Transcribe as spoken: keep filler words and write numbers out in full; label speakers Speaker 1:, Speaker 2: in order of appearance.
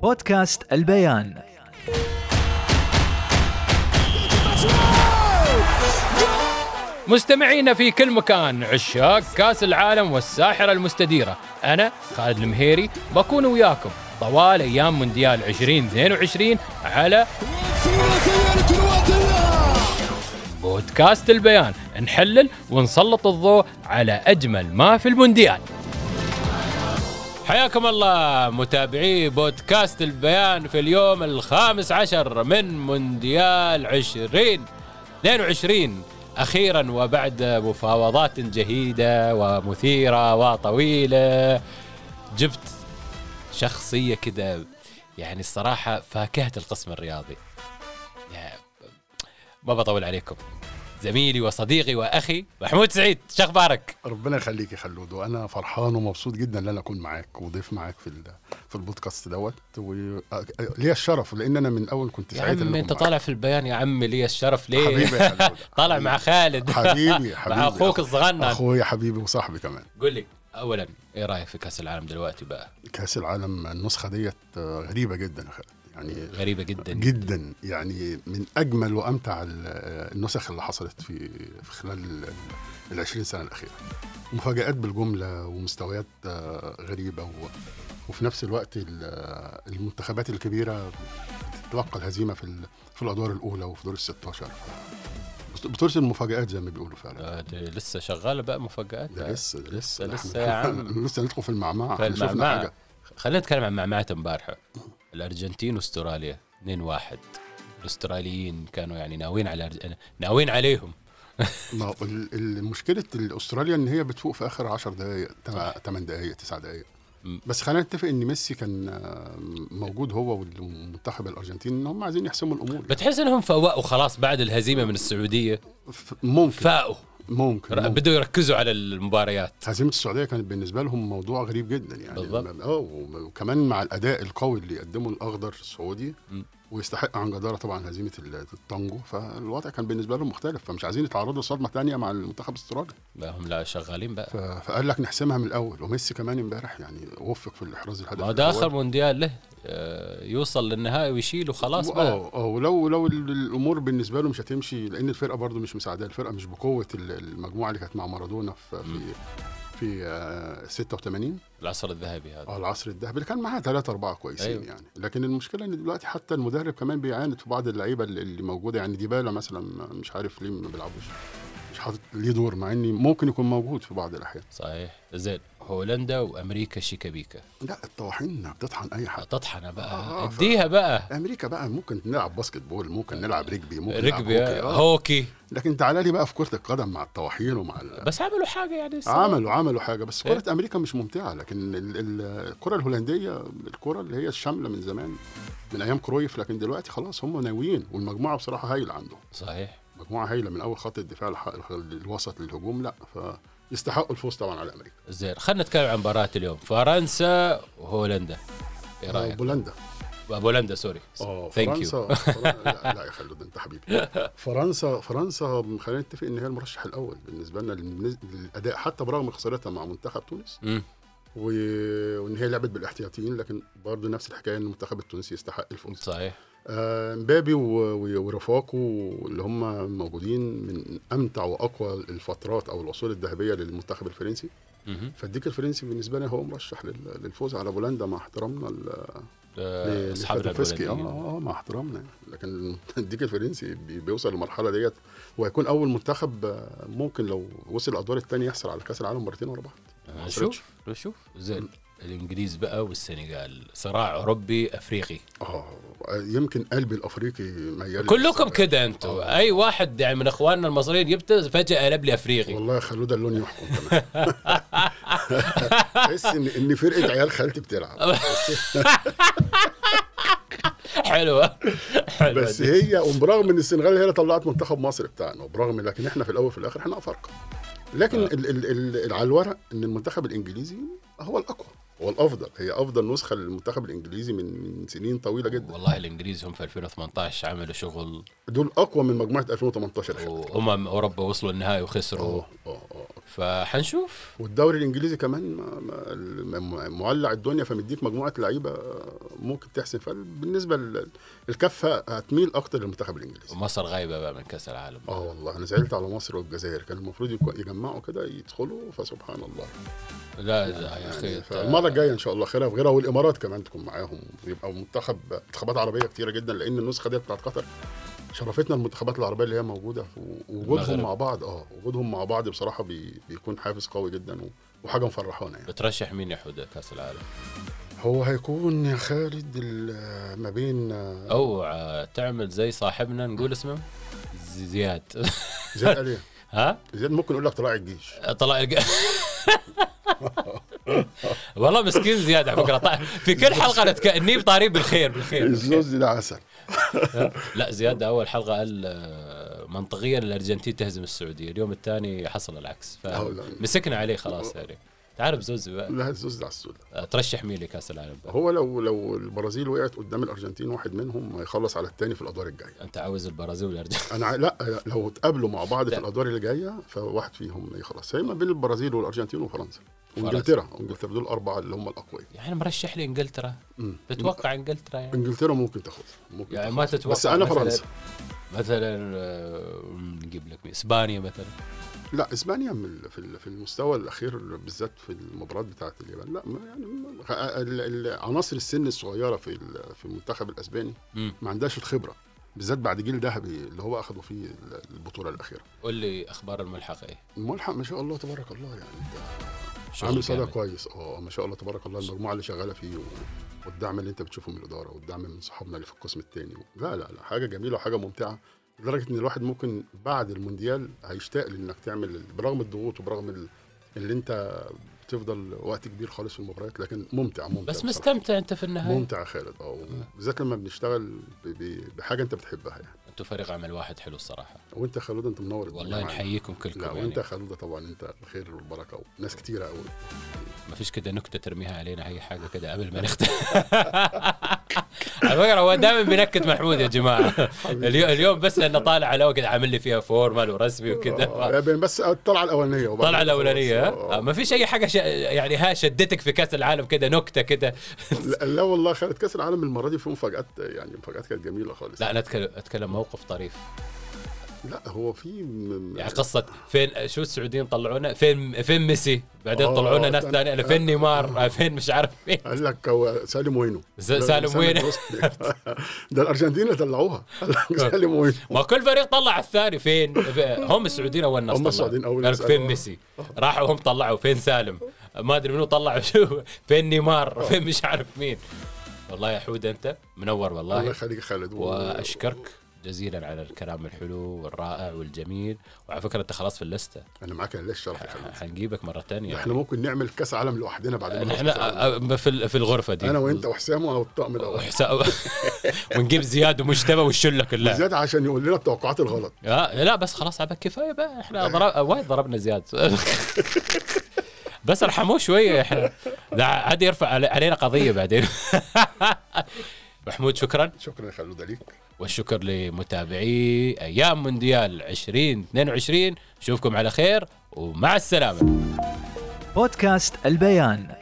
Speaker 1: بودكاست البيان.
Speaker 2: مستمعينا في كل مكان، عشاق كاس العالم والساحرة المستديرة، أنا خالد المهيري بكون وياكم طوال أيام مونديال عشرين اثنين وعشرين على بودكاست البيان. نحلل ونسلط الضوء على أجمل ما في المونديال. حياكم الله متابعي بودكاست البيان في اليوم الخامس عشر من مونديال عشرين اثنين وعشرين. أخيرا وبعد مفاوضات جهيدة ومثيرة وطويلة جبت شخصية كده، يعني الصراحة فاكهة القسم الرياضي. يعني ما بطول عليكم، زميلي وصديقي وأخي محمود سعيد، شو أخبارك؟
Speaker 3: ربنا يخليك يا خلود، وأنا فرحان ومبسوط جدا ان انا اكون معاك وضيف معاك في في البودكاست دوت، ولي الشرف لان انا من اول كنت سعيد.
Speaker 2: يا عم انت طالع في البيان يا عم، لي الشرف ليه؟
Speaker 3: حبيبي يا خلود
Speaker 2: طالع مع خالد
Speaker 3: حبيبي حبيبي
Speaker 2: مع اخوك الصغنن،
Speaker 3: اخويا حبيبي وصاحبي كمان.
Speaker 2: قل لي اولا ايه رايك في كاس العالم دلوقتي بقى؟
Speaker 3: كاس العالم النسخه ديت غريبه جدا يا خالد، يعني
Speaker 2: غريبة جدا
Speaker 3: جدا، يعني من أجمل وأمتع النسخ اللي حصلت في في خلال العشرين سنة الأخيرة. مفاجآت بالجملة ومستويات غريبة، وفي نفس الوقت المنتخبات الكبيرة تتلقى الهزيمة في في الأدوار الأولى وفي دور الستاشر. بترسل المفاجآت زي ما بيقولوا فعلا.
Speaker 2: ده لسه شغالة بقى مفاجآت؟
Speaker 3: ده لسه ده لسه
Speaker 2: لسه يا عم
Speaker 3: لسه ندخل في المعمعة.
Speaker 2: في المعمعة. خلينا نتكلم عن معمعة امبارحة، الأرجنتين واستراليا اثنين واحد. الاستراليين كانوا يعني ناويين على أرج... ناويين عليهم.
Speaker 3: ما المشكلة الأستراليا إن هي بتفوق في آخر عشر دقايق، ثمان دقايق، تسع دقايق. بس خلينا نتفق إن ميسي كان موجود هو والمنتخب الأرجنتين إن هم عايزين يحسموا الأمور.
Speaker 2: بتحس إنهم فوقوا خلاص بعد الهزيمة من السعودية؟
Speaker 3: ممكن
Speaker 2: فاقوا
Speaker 3: ممكن, ممكن.
Speaker 2: بدوا يركزوا على المباريات.
Speaker 3: هزيمة السعودية كانت بالنسبة لهم موضوع غريب جدا يعني.
Speaker 2: بالضبط.
Speaker 3: اه وكمان مع الأداء القوي اللي يقدمه الأخضر السعودي، م. ويستحق عن جدارة طبعا هزيمة التانجو، فالوضع كان بالنسبة لهم مختلف، فمش عايزين يتعرضوا لصدمة تانية مع المنتخب الاسترالي.
Speaker 2: لا هم لا شغالين بقى،
Speaker 3: فقال لك نحسمها من الأول. وميسي كمان امبارح يعني وفق في الإحراز الهدف.
Speaker 2: ما ده آخر مونديال له يوصل للنهائي ويشيل وخلاص بقى.
Speaker 3: اه اه ولو لو الامور بالنسبه له مش هتمشي، لان الفرقه برضو مش مساعده، الفرقه مش بقوه المجموعه اللي كانت مع مارادونا في في, في آه ستة وثمانين،
Speaker 2: العصر الذهبي هذا.
Speaker 3: اه العصر الذهبي اللي كان معاه ثلاثة أربعة كويسين. أيوه. يعني لكن المشكله ان دلوقتي حتى المدرب كمان بيعاند في بعض اللعيبه اللي موجوده، يعني ديبالا مثلا مش عارف ليه ما بيلعبوش، مش حاطط ليه دور، مع اني ممكن يكون موجود في بعض الاحيان.
Speaker 2: صحيح. زين هولندا وامريكا شيكابيكا.
Speaker 3: لا الطواحين بتطحن اي حد.
Speaker 2: تطحن بقى آه اديها بقى.
Speaker 3: امريكا بقى ممكن نلعب باسكت بول، ممكن نلعب رجبي، ممكن
Speaker 2: رجبي
Speaker 3: نلعب هوكي,
Speaker 2: آه. هوكي.
Speaker 3: لكن تعالى لي بقى في كرة القدم مع الطواحين ومع
Speaker 2: بس عملوا حاجة يعني
Speaker 3: السنة. عملوا عملوا حاجة، بس كرة إيه؟ امريكا مش ممتعة، لكن الكرة الهولندية الكرة اللي هي الشاملة من زمان من ايام كرويف، لكن دلوقتي خلاص هم ناويين، والمجموعة بصراحة هايلة عندهم.
Speaker 2: صحيح
Speaker 3: مجموعة هايلة من اول خط الدفاع الوسط للهجوم. لا ف يستحقوا الفوز طبعا على امريكا.
Speaker 2: زين خلينا نتكلم عن مباراة اليوم، فرنسا وهولندا. ايه رايك؟
Speaker 3: بولندا
Speaker 2: بولندا سوري
Speaker 3: اه فرنسا فرن... لا, لا يا خلود انت حبيبي. فرنسا فرنسا خلينا نتفق ان هي المرشح الاول بالنسبه لنا للاداء، حتى برغم خسارتها مع منتخب تونس و... وان هي لعبت بالاحتياطيين، لكن برضه نفس الحكايه ان المنتخب التونسي يستحق الفوز.
Speaker 2: صحيح.
Speaker 3: آه مبابي و... ورفاقه اللي هم موجودين من امتع واقوى الفترات او العصور الذهبيه للمنتخب الفرنسي. فالديك الفرنسي بالنسبه لي هو مرشح للفوز على بولندا، مع احترامنا
Speaker 2: لاصحاب
Speaker 3: الفسكي. اه اه مع احترامنا، لكن الديك الفرنسي بيوصل للمرحله ديت، وهيكون اول منتخب ممكن لو وصل الادوار الثانيه يحصل على كاس العالم مرتين ورا بعض.
Speaker 2: آه شوف شوف زين الانجليز بقى والسنغال، صراع اوروبي افريقي.
Speaker 3: اه يمكن قلبي الافريقي ميال
Speaker 2: كلكم كده انتوا. آه. اي واحد يعني من اخواننا المصريين يبتز فجاه قلب لي افريقي.
Speaker 3: والله خلود اللون يحكم كمان. بس ان ان فرقه عيال خالتي بتلعب.
Speaker 2: حلوه حلوه
Speaker 3: بس هي وبرغم ان السنغال هي اللي طلعت منتخب مصر بتاعنا، وبرغم لكن احنا في الاول في الاخر احنا افارقه. لكن آه. ال ال ال على الورق ان المنتخب الانجليزي هو الاقوى، هو الافضل، هي افضل نسخه للمنتخب الانجليزي من من سنين طويله جدا.
Speaker 2: والله الانجليز هم في ألفين وثمانية عشر عملوا شغل،
Speaker 3: دول اقوى من مجموعه ألفين وثمانية عشر.
Speaker 2: وامم اوروبا وصلوا النهائي وخسروا.
Speaker 3: اه اه
Speaker 2: فحنشوف.
Speaker 3: والدوري الانجليزي كمان ما- ما- مولع الدنيا، فمديك مجموعه لعيبه ممكن تحسن. فبالنسبه للكفه هتميل اكتر للمنتخب الانجليزي.
Speaker 2: ومصر غايبه بقى من كاس العالم.
Speaker 3: اه والله انا زعلت على مصر والجزائر، كان المفروض يكو- يجمعوا كده يدخلوا، فسبحان الله.
Speaker 2: لا لا يا اخي
Speaker 3: يعني فالمره الجايه ان شاء الله خيرها في غيرها، والامارات كمان تكون معاهم، ويبقى منتخب منتخبات عربيه كتيره جدا، لان النسخه دي بتاعت قطر شرفتنا المنتخبات العربيه اللي هي موجوده، ووجودهم مع بعض اه وجودهم مع بعض بصراحه بي بيكون حافز قوي جدا وحاجه مفرحانا يعني.
Speaker 2: بترشح مين يا حوده كاس العالم؟
Speaker 3: هو هيكون يا خالد ما بين
Speaker 2: او تعمل زي صاحبنا نقول اسمه زياد.
Speaker 3: زياد عليه.
Speaker 2: ها
Speaker 3: زياد ممكن اقول لك طلائع الجيش.
Speaker 2: طلع الج... والله مسكين زياد على فكره. طيب في كل حلقه نتكلم بطاري بالخير بالخير
Speaker 3: الزوز ده عسل.
Speaker 2: لا زياد ده اول حلقه قال منطقيا الارجنتين تهزم السعوديه، اليوم الثاني حصل العكس، فمسكنا عليه خلاص يعني. تعرف زوزي بقى.
Speaker 3: لا الزوز ده عسل.
Speaker 2: ترشح مين لكاس العالم بقى؟
Speaker 3: هو لو لو البرازيل وقعت قدام الارجنتين واحد منهم هيخلص على الثاني في الادوار الجايه.
Speaker 2: انت عاوز البرازيل والارجنتين؟
Speaker 3: انا ع- لا لو اتقابلوا مع بعض في الادوار اللي جايه فواحد فيهم يخلص. هي ما بين البرازيل والارجنتين وفرنسا وانجلترا. انجلترا دول اربعه اللي هم الاقوياء.
Speaker 2: يعني مرشح لي انجلترا.
Speaker 3: مم.
Speaker 2: تتوقع انجلترا يعني؟
Speaker 3: انجلترا ممكن تاخذ ممكن
Speaker 2: يعني
Speaker 3: تاخذ.
Speaker 2: ما تتوقع
Speaker 3: بس انا
Speaker 2: مثلاً-
Speaker 3: فرنسا.
Speaker 2: مثلا آه، نجيب لك مين؟ اسبانيا مثلا.
Speaker 3: لا اسبانيا من ال- في ال- في المستوى الاخير بالذات في المباريات بتاعه اليابان لا ما يعني ما- ال- ال- عناصر السن الصغيره في ال- في المنتخب الاسباني
Speaker 2: مم.
Speaker 3: ما عندهاش الخبره، بالذات بعد جيل ذهبي اللي هو اخذوا فيه ال- البطوله الاخيره.
Speaker 2: قول لي اخبار الملحق ايه؟
Speaker 3: الملحق ما شاء الله تبارك الله يعني ده
Speaker 2: شغل
Speaker 3: عامل صدى
Speaker 2: جامد.
Speaker 3: كويس. اه ما شاء الله تبارك الله. المجموعه اللي شغاله فيه و- والدعم اللي انت بتشوفه من الاداره والدعم من صحابنا اللي في القسم الثاني، لا لا لا حاجه جميله وحاجه ممتعه، لدرجه ان الواحد ممكن بعد المونديال هيشتاق لانك تعمل برغم الضغوط وبرغم ال- اللي انت بتفضل وقت كبير خالص في المباريات، لكن ممتع ممتع
Speaker 2: بس
Speaker 3: بصراحة.
Speaker 2: مستمتع انت في النهايه.
Speaker 3: ممتع يا خالد اه بالذات لما بنشتغل ب- ب- بحاجه انت بتحبها يعني.
Speaker 2: انتوا فريق عمل واحد حلو الصراحه.
Speaker 3: وانت يا خالد انت منور الدنيا
Speaker 2: والله
Speaker 3: معانا.
Speaker 2: نحييكم كلكم
Speaker 3: لا
Speaker 2: يعني.
Speaker 3: وانت يا خالد طبعا انت الخير والبركه وناس كتيره قوي.
Speaker 2: ما فيش كده نكته ترميها علينا اي حاجه كده قبل ما نختم؟ على فكره هو دائما بينكت محمود يا جماعه. اليوم اليوم بس لانه طالع على كده عامل لي فيها فورمال ورسمي وكده.
Speaker 3: آه، بس الطلعه الاولانيه وبعد
Speaker 2: طلع
Speaker 3: كده
Speaker 2: الاولانيه
Speaker 3: خلاص.
Speaker 2: ها؟ ما فيش اي حاجه ش... يعني ها شدتك في كاس العالم كده نكته كده؟
Speaker 3: لا, لا والله خالد كاس العالم المره دي فيه مفاجات، يعني مفاجات كانت جميله خالص.
Speaker 2: لا انا اتكلم اتكلم موقف طريف.
Speaker 3: لا هو في م-
Speaker 2: يعني قصه فين شو السعوديين طلعونا فين فين ميسي بعدين
Speaker 3: آه،
Speaker 2: طلعونا ناس
Speaker 3: كان-
Speaker 2: ثانيه فين نيمار فين مش عارف مين.
Speaker 3: قال لك هو سالم وينه
Speaker 2: س- سالم وينه؟
Speaker 3: ده الارجنتين اللي طلعوها. قال لك سالم وينه.
Speaker 2: ما كل فريق طلع الثاني فين. هم السعوديين اول ناس
Speaker 3: هم السعوديين أول
Speaker 2: قال
Speaker 3: ناس
Speaker 2: لك فين
Speaker 3: قالوا.
Speaker 2: ميسي راحوا هم طلعوا فين سالم ما ادري منو طلعوا شو فين نيمار فين مش عارف مين. والله يا حود انت منور
Speaker 3: الله
Speaker 2: والله.
Speaker 3: يخليك يا خالد.
Speaker 2: واشكرك جزيلا على الكلام الحلو والرائع والجميل. وعلى فكره انت خلاص في اللسته.
Speaker 3: انا معاك ليش شرف يا خالد.
Speaker 2: حنجيبك مره ثانيه.
Speaker 3: احنا ممكن نعمل كاس عالم لوحدنا بعد ما نخلص كأس العالم.
Speaker 2: احنا في ال- في الغرفه دي
Speaker 3: انا وانت وحسام والطقم الاول.
Speaker 2: وحسا- ونجيب زياد ومجتبى والشله كلها.
Speaker 3: زياد عشان يقول لنا التوقعات الغلط.
Speaker 2: لا لا بس خلاص عبك كفايه بقى احنا ضرب وايد ضربنا زياد. بس ارحموه شويه احنا ده عاد يرفع علي- علينا قضيه بعدين. محمود شكرا.
Speaker 3: شكرا يا خالد ليك.
Speaker 2: والشكر لمتابعي ايام مونديال عشرين اثنين وعشرين. نشوفكم على خير ومع السلامه.
Speaker 1: بودكاست البيان.